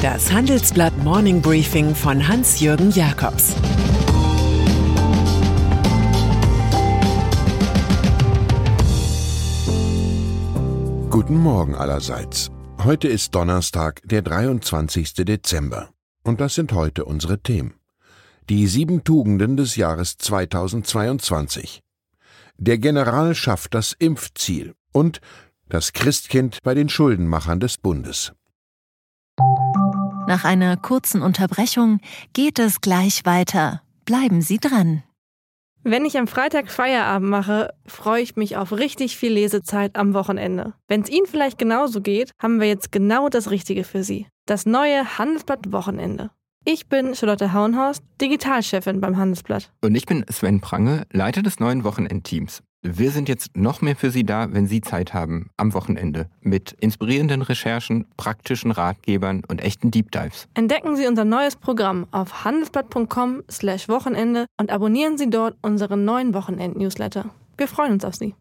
Das Handelsblatt Morning Briefing von Hans-Jürgen Jakobs. Guten Morgen allerseits. Heute ist Donnerstag, der 23. Dezember. Und das sind heute unsere Themen. Die 7 Tugenden des Jahres 2022. Der General schafft das Impfziel. Und das Christkind bei den Schuldenmachern des Bundes. Nach einer kurzen Unterbrechung geht es gleich weiter. Bleiben Sie dran. Wenn ich am Freitag Feierabend mache, freue ich mich auf richtig viel Lesezeit am Wochenende. Wenn es Ihnen vielleicht genauso geht, haben wir jetzt genau das Richtige für Sie. Das neue Handelsblatt Wochenende. Ich bin Charlotte Hauenhorst, Digitalchefin beim Handelsblatt. Und ich bin Sven Prange, Leiter des neuen Wochenendteams. Wir sind jetzt noch mehr für Sie da, wenn Sie Zeit haben, am Wochenende. Mit inspirierenden Recherchen, praktischen Ratgebern und echten Deep Dives. Entdecken Sie unser neues Programm auf handelsblatt.com/Wochenende und abonnieren Sie dort unseren neuen Wochenend-Newsletter. Wir freuen uns auf Sie.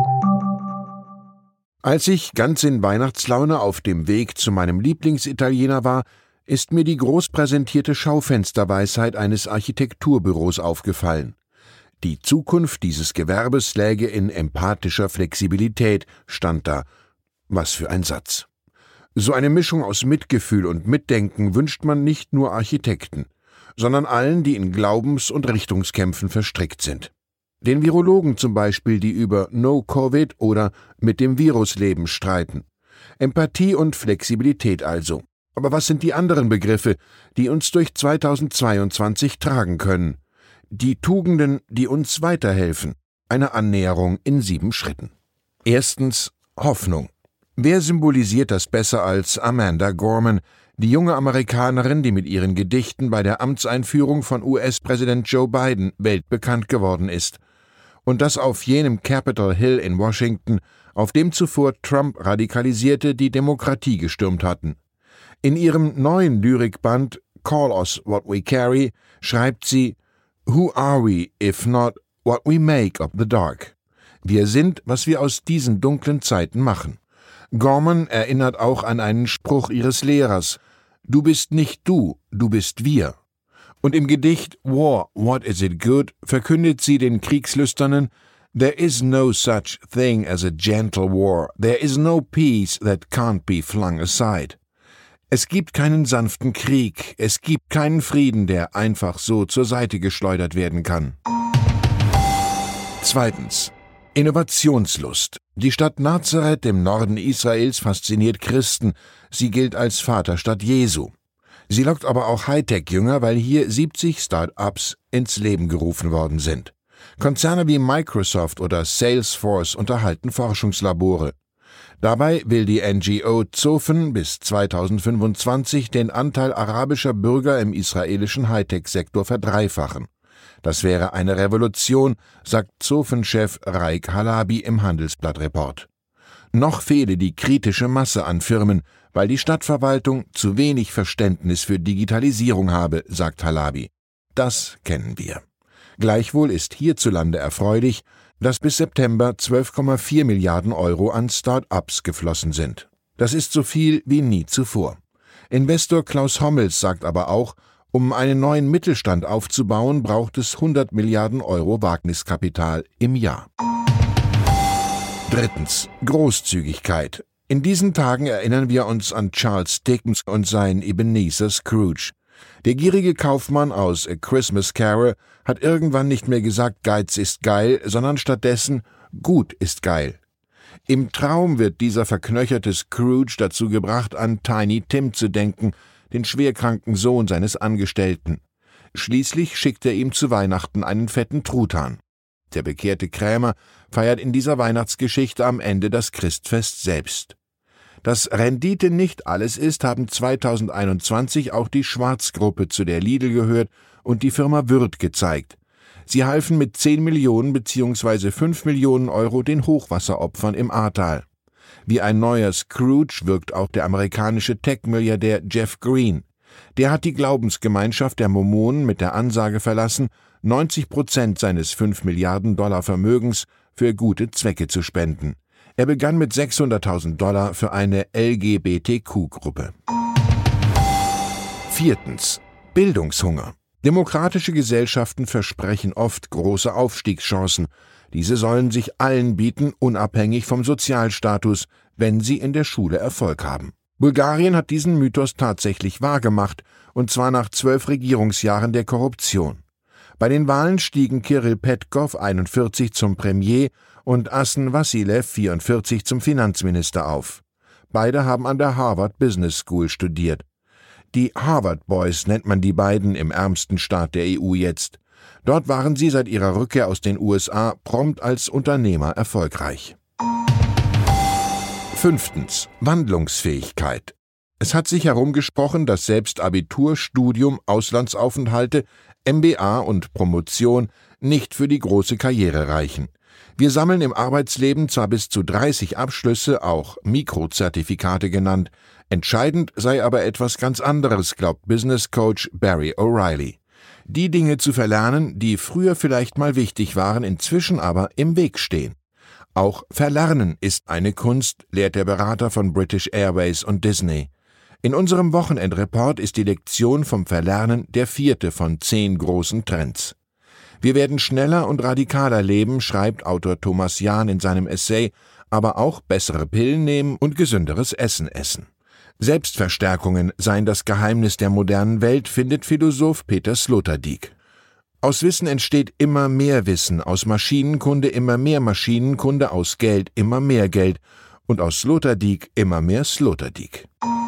Als ich ganz in Weihnachtslaune auf dem Weg zu meinem Lieblingsitaliener war, ist mir die groß präsentierte Schaufensterweisheit eines Architekturbüros aufgefallen. Die Zukunft dieses Gewerbes läge in empathischer Flexibilität, stand da. Was für ein Satz. So eine Mischung aus Mitgefühl und Mitdenken wünscht man nicht nur Architekten, sondern allen, die in Glaubens- und Richtungskämpfen verstrickt sind. Den Virologen zum Beispiel, die über No-Covid oder mit dem Virus leben streiten. Empathie und Flexibilität also. Aber was sind die anderen Begriffe, die uns durch 2022 tragen können? Die Tugenden, die uns weiterhelfen. Eine Annäherung in 7 Schritten. Erstens Hoffnung. Wer symbolisiert das besser als Amanda Gorman, die junge Amerikanerin, die mit ihren Gedichten bei der Amtseinführung von US-Präsident Joe Biden weltbekannt geworden ist? Und das auf jenem Capitol Hill in Washington, auf dem zuvor Trump Radikalisierte die Demokratie gestürmt hatten. In ihrem neuen Lyrikband Call Us What We Carry schreibt sie: Who are we, if not what we make of the dark? Wir sind, was wir aus diesen dunklen Zeiten machen. Gorman erinnert auch an einen Spruch ihres Lehrers: Du bist nicht du, du bist wir. Und im Gedicht War, What Is It Good verkündet sie den Kriegslüsternen: There is no such thing as a gentle war, there is no peace that can't be flung aside. Es gibt keinen sanften Krieg, es gibt keinen Frieden, der einfach so zur Seite geschleudert werden kann. Zweitens. Innovationslust. Die Stadt Nazareth im Norden Israels fasziniert Christen. Sie gilt als Vaterstadt Jesu. Sie lockt aber auch Hightech-Jünger, weil hier 70 Start-ups ins Leben gerufen worden sind. Konzerne wie Microsoft oder Salesforce unterhalten Forschungslabore. Dabei will die NGO Zofen bis 2025 den Anteil arabischer Bürger im israelischen Hightech-Sektor verdreifachen. Das wäre eine Revolution, sagt Zofen-Chef Raik Halabi im Handelsblatt-Report. Noch fehle die kritische Masse an Firmen, weil die Stadtverwaltung zu wenig Verständnis für Digitalisierung habe, sagt Halabi. Das kennen wir. Gleichwohl ist hierzulande erfreulich, dass bis September 12,4 Milliarden Euro an Start-ups geflossen sind. Das ist so viel wie nie zuvor. Investor Klaus Hommels sagt aber auch, um einen neuen Mittelstand aufzubauen, braucht es 100 Milliarden Euro Wagniskapital im Jahr. Drittens. Großzügigkeit. In diesen Tagen erinnern wir uns an Charles Dickens und sein Ebenezer Scrooge. Der gierige Kaufmann aus A Christmas Carol hat irgendwann nicht mehr gesagt, Geiz ist geil, sondern stattdessen, gut ist geil. Im Traum wird dieser verknöcherte Scrooge dazu gebracht, an Tiny Tim zu denken, den schwerkranken Sohn seines Angestellten. Schließlich schickt er ihm zu Weihnachten einen fetten Truthahn. Der bekehrte Krämer feiert in dieser Weihnachtsgeschichte am Ende das Christfest selbst. Dass Rendite nicht alles ist, haben 2021 auch die Schwarz-Gruppe, zu der Lidl gehört, und die Firma Würth gezeigt. Sie halfen mit 10 Millionen bzw. 5 Millionen Euro den Hochwasseropfern im Ahrtal. Wie ein neuer Scrooge wirkt auch der amerikanische Tech-Milliardär Jeff Green. Der hat die Glaubensgemeinschaft der Mormonen mit der Ansage verlassen, 90% seines 5 Milliarden Dollar Vermögens für gute Zwecke zu spenden. Er begann mit $600.000 für eine LGBTQ-Gruppe. 4. Bildungshunger. Demokratische Gesellschaften versprechen oft große Aufstiegschancen. Diese sollen sich allen bieten, unabhängig vom Sozialstatus, wenn sie in der Schule Erfolg haben. Bulgarien hat diesen Mythos tatsächlich wahrgemacht, und zwar nach 12 Regierungsjahren der Korruption. Bei den Wahlen stiegen Kirill Petkov 41 zum Premier und Asen Vassilev 44 zum Finanzminister auf. Beide haben an der Harvard Business School studiert. Die Harvard Boys nennt man die beiden im ärmsten Staat der EU jetzt. Dort waren sie seit ihrer Rückkehr aus den USA prompt als Unternehmer erfolgreich. 5. Wandlungsfähigkeit. Es hat sich herumgesprochen, dass selbst Abitur, Studium, Auslandsaufenthalte, MBA und Promotion nicht für die große Karriere reichen. Wir sammeln im Arbeitsleben zwar bis zu 30 Abschlüsse, auch Mikrozertifikate genannt. Entscheidend sei aber etwas ganz anderes, glaubt Business Coach Barry O'Reilly. Die Dinge zu verlernen, die früher vielleicht mal wichtig waren, inzwischen aber im Weg stehen. Auch Verlernen ist eine Kunst, lehrt der Berater von British Airways und Disney. In unserem Wochenendreport ist die Lektion vom Verlernen der 4. von 10 großen Trends. Wir werden schneller und radikaler leben, schreibt Autor Thomas Jahn in seinem Essay, aber auch bessere Pillen nehmen und gesünderes Essen essen. Selbstverstärkungen seien das Geheimnis der modernen Welt, findet Philosoph Peter Sloterdijk. Aus Wissen entsteht immer mehr Wissen, aus Maschinenkunde immer mehr Maschinenkunde, aus Geld immer mehr Geld und aus Sloterdijk immer mehr Sloterdijk.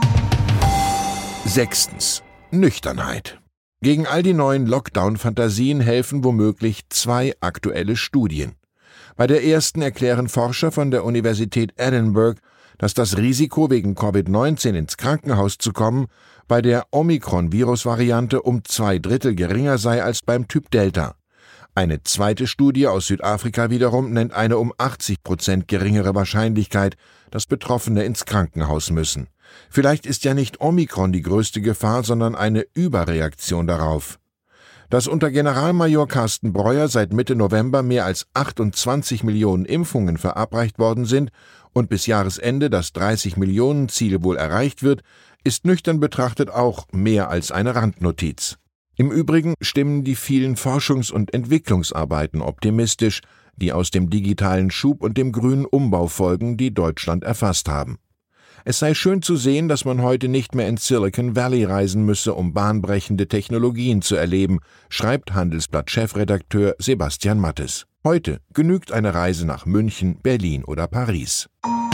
6. Nüchternheit. Gegen all die neuen Lockdown-Fantasien helfen womöglich 2 aktuelle Studien. Bei der ersten erklären Forscher von der Universität Edinburgh, dass das Risiko, wegen Covid-19 ins Krankenhaus zu kommen, bei der Omikron-Virus-Variante um 2/3 geringer sei als beim Typ Delta. Eine zweite Studie aus Südafrika wiederum nennt eine um 80% geringere Wahrscheinlichkeit, dass Betroffene ins Krankenhaus müssen. Vielleicht ist ja nicht Omikron die größte Gefahr, sondern eine Überreaktion darauf. Dass unter Generalmajor Carsten Breuer seit Mitte November mehr als 28 Millionen Impfungen verabreicht worden sind und bis Jahresende das 30-Millionen-Ziel wohl erreicht wird, ist nüchtern betrachtet auch mehr als eine Randnotiz. Im Übrigen stimmen die vielen Forschungs- und Entwicklungsarbeiten optimistisch, die aus dem digitalen Schub und dem grünen Umbau folgen, die Deutschland erfasst haben. Es sei schön zu sehen, dass man heute nicht mehr ins Silicon Valley reisen müsse, um bahnbrechende Technologien zu erleben, schreibt Handelsblatt-Chefredakteur Sebastian Mattes. Heute genügt eine Reise nach München, Berlin oder Paris.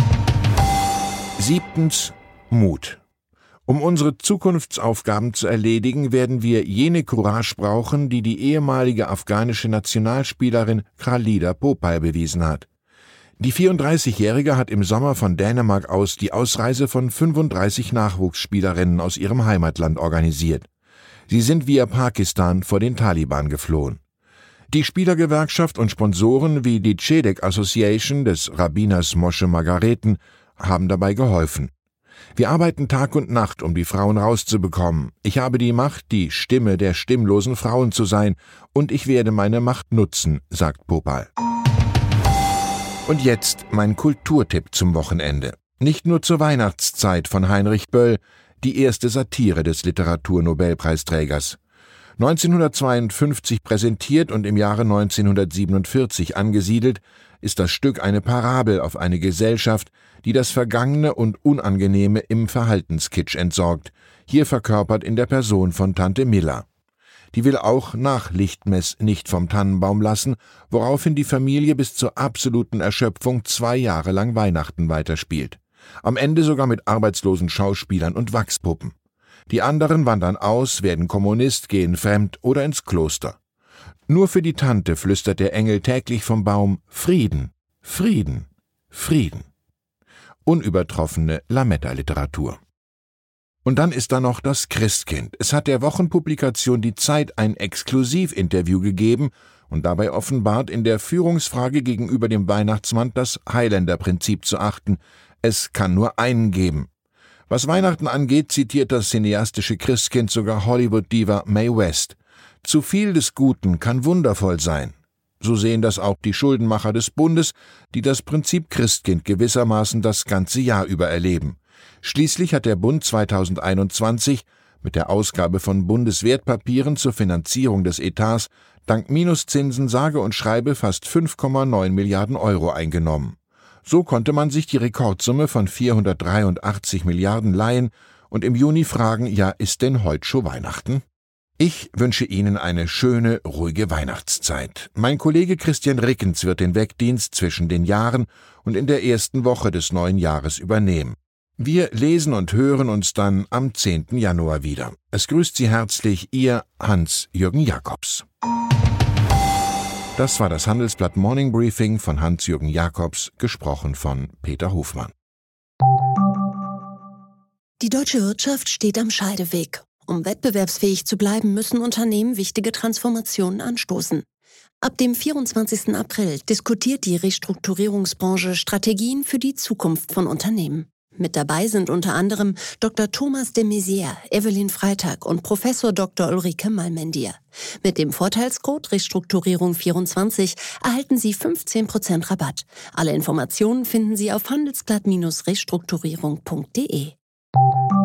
7. Mut. Um unsere Zukunftsaufgaben zu erledigen, werden wir jene Courage brauchen, die die ehemalige afghanische Nationalspielerin Khalida Popal bewiesen hat. Die 34-Jährige hat im Sommer von Dänemark aus die Ausreise von 35 Nachwuchsspielerinnen aus ihrem Heimatland organisiert. Sie sind via Pakistan vor den Taliban geflohen. Die Spielergewerkschaft und Sponsoren wie die Cedek Association des Rabbiners Moshe Margareten haben dabei geholfen. Wir arbeiten Tag und Nacht, um die Frauen rauszubekommen. Ich habe die Macht, die Stimme der stimmlosen Frauen zu sein, und ich werde meine Macht nutzen, sagt Popal. Und jetzt mein Kulturtipp zum Wochenende. Nicht nur zur Weihnachtszeit von Heinrich Böll, die erste Satire des Literaturnobelpreisträgers. 1952 präsentiert und im Jahre 1947 angesiedelt, ist das Stück eine Parabel auf eine Gesellschaft, die das Vergangene und Unangenehme im Verhaltenskitsch entsorgt, hier verkörpert in der Person von Tante Milla. Die will auch nach Lichtmess nicht vom Tannenbaum lassen, woraufhin die Familie bis zur absoluten Erschöpfung 2 Jahre lang Weihnachten weiterspielt. Am Ende sogar mit arbeitslosen Schauspielern und Wachspuppen. Die anderen wandern aus, werden Kommunist, gehen fremd oder ins Kloster. Nur für die Tante flüstert der Engel täglich vom Baum Frieden, Frieden, Frieden. Unübertroffene Lametta-Literatur. Und dann ist da noch das Christkind. Es hat der Wochenpublikation Die Zeit ein Exklusivinterview gegeben und dabei offenbart, in der Führungsfrage gegenüber dem Weihnachtsmann das Highlander-Prinzip zu achten. Es kann nur einen geben. Was Weihnachten angeht, zitiert das cineastische Christkind sogar Hollywood-Diva Mae West. Zu viel des Guten kann wundervoll sein. So sehen das auch die Schuldenmacher des Bundes, die das Prinzip Christkind gewissermaßen das ganze Jahr über erleben. Schließlich hat der Bund 2021 Mit der Ausgabe von Bundeswertpapieren zur Finanzierung des Etats dank Minuszinsen sage und schreibe fast 5,9 Milliarden Euro eingenommen. So konnte man sich die Rekordsumme von 483 Milliarden leihen und im Juni fragen, ja, ist denn heute schon Weihnachten? Ich wünsche Ihnen eine schöne, ruhige Weihnachtszeit. Mein Kollege Christian Rickens wird den Wegdienst zwischen den Jahren und in der ersten Woche des neuen Jahres übernehmen. Wir lesen und hören uns dann am 10. Januar wieder. Es grüßt Sie herzlich Ihr Hans-Jürgen Jakobs. Das war das Handelsblatt Morning Briefing von Hans-Jürgen Jakobs, gesprochen von Peter Hofmann. Die deutsche Wirtschaft steht am Scheideweg. Um wettbewerbsfähig zu bleiben, müssen Unternehmen wichtige Transformationen anstoßen. Ab dem 24. April diskutiert die Restrukturierungsbranche Strategien für die Zukunft von Unternehmen. Mit dabei sind unter anderem Dr. Thomas de Maizière, Evelyn Freitag und Professor Dr. Ulrike Malmendier. Mit dem Vorteilscode Restrukturierung24 erhalten Sie 15% Rabatt. Alle Informationen finden Sie auf handelsblatt-restrukturierung.de.